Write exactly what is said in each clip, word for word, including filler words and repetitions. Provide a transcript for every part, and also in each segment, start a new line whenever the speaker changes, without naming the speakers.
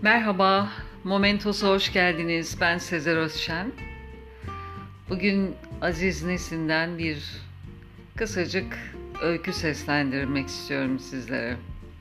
Merhaba, Momentos'a hoş geldiniz. Ben Sezer Özşen. Bugün Aziz Nesin'den bir kısacık öykü seslendirmek istiyorum sizlere.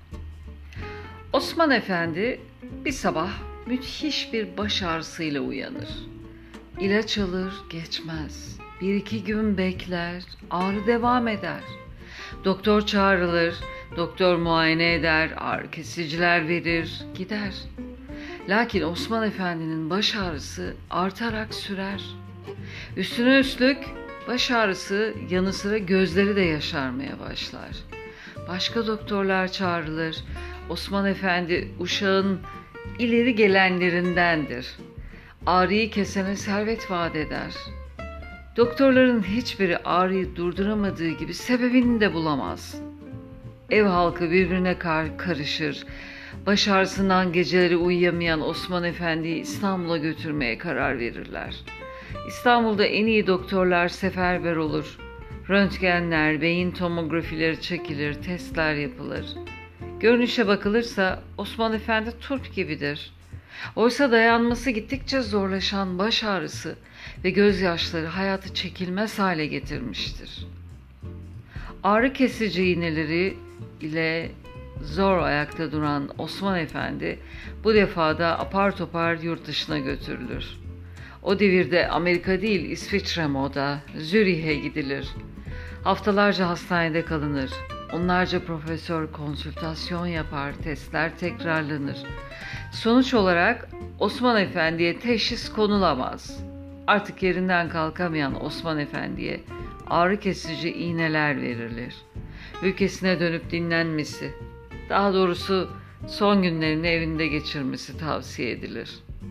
Osman Efendi bir sabah müthiş bir baş ağrısıyla uyanır. İlaç alır, geçmez. Bir iki gün bekler, ağrı devam eder. Doktor çağrılır, doktor muayene eder, ağrı kesiciler verir, gider. Lakin Osman Efendi'nin baş ağrısı artarak sürer. Üstüne üstlük baş ağrısı yanı sıra gözleri de yaşarmaya başlar. Başka doktorlar çağrılır. Osman Efendi uşağın ileri gelenlerindendir. Ağrıyı kesene servet vaat eder. Doktorların hiçbiri ağrıyı durduramadığı gibi sebebini de bulamaz. Ev halkı birbirine kar karışır. Baş ağrısından geceleri uyuyamayan Osman Efendi'yi İstanbul'a götürmeye karar verirler. İstanbul'da en iyi doktorlar seferber olur. Röntgenler, beyin tomografileri çekilir, testler yapılır. Görünüşe bakılırsa Osman Efendi turp gibidir. Oysa dayanması gittikçe zorlaşan baş ağrısı ve gözyaşları hayatı çekilmez hale getirmiştir. Ağrı kesici iğneleri ile zor ayakta duran Osman Efendi bu defa da apar topar yurt dışına götürülür. O devirde Amerika değil İsviçre moda, Zürih'e gidilir. Haftalarca hastanede kalınır. Onlarca profesör konsültasyon yapar, testler tekrarlanır. Sonuç olarak Osman Efendi'ye teşhis konulamaz. Artık yerinden kalkamayan Osman Efendi'ye ağrı kesici iğneler verilir. Ülkesine dönüp dinlenmesi, daha doğrusu son günlerini evinde geçirmesi tavsiye edilir.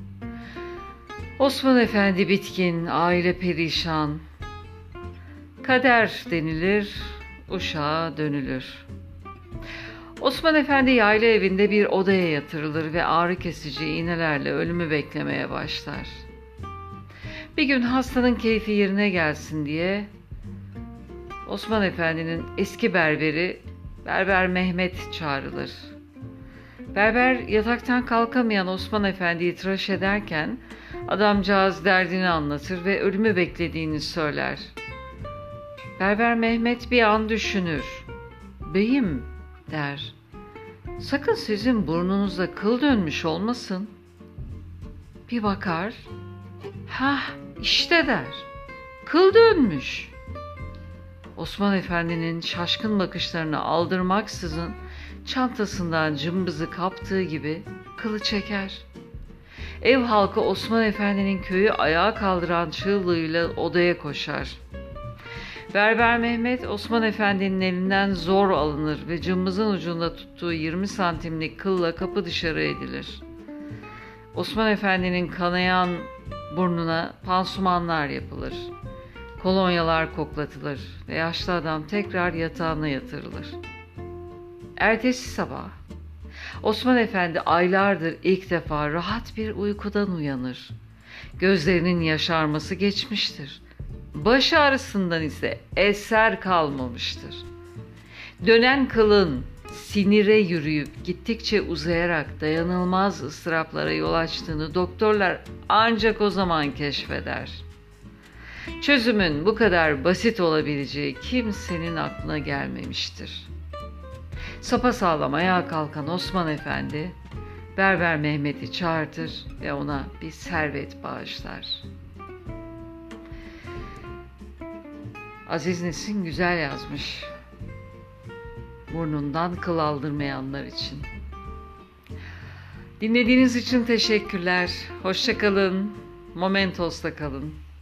Osman Efendi bitkin, aile perişan. Kader denilir, uşağa dönülür. Osman Efendi yayla evinde bir odaya yatırılır ve ağrı kesici iğnelerle ölümü beklemeye başlar. Bir gün hastanın keyfi yerine gelsin diye Osman Efendi'nin eski berberi Berber Mehmet çağrılır. Berber yataktan kalkamayan Osman Efendi'yi tıraş ederken adamcağız derdini anlatır ve ölümü beklediğini söyler. Berber Mehmet bir an düşünür. "Beyim," der, "sakın sizin burnunuzda kıl dönmüş olmasın." Bir bakar, "Hah işte," der, "kıl dönmüş." Osman Efendi'nin şaşkın bakışlarını aldırmaksızın çantasından cımbızı kaptığı gibi kılı çeker. Ev halkı Osman Efendi'nin köyü ayağa kaldıran çığlığıyla odaya koşar. Berber Mehmet Osman Efendi'nin elinden zor alınır ve cımbızın ucunda tuttuğu yirmi santimlik kılla kapı dışarı edilir. Osman Efendi'nin kanayan burnuna pansumanlar yapılır. Kolonyalar koklatılır ve yaşlı adam tekrar yatağına yatırılır. Ertesi sabah Osman Efendi aylardır ilk defa rahat bir uykudan uyanır. Gözlerinin yaşarması geçmiştir. Baş ağrısından ise eser kalmamıştır. Dönen kılın sinire yürüyüp gittikçe uzayarak dayanılmaz ıstıraplara yol açtığını doktorlar ancak o zaman keşfeder. Çözümün bu kadar basit olabileceği kimsenin aklına gelmemiştir. Sapasağlam ayağa kalkan Osman Efendi, Berber Mehmet'i çağırtır ve ona bir servet bağışlar. Aziz Nesin güzel yazmış. Burnundan kıl aldırmayanlar için. Dinlediğiniz için teşekkürler. Hoşça kalın. Momentos'ta kalın.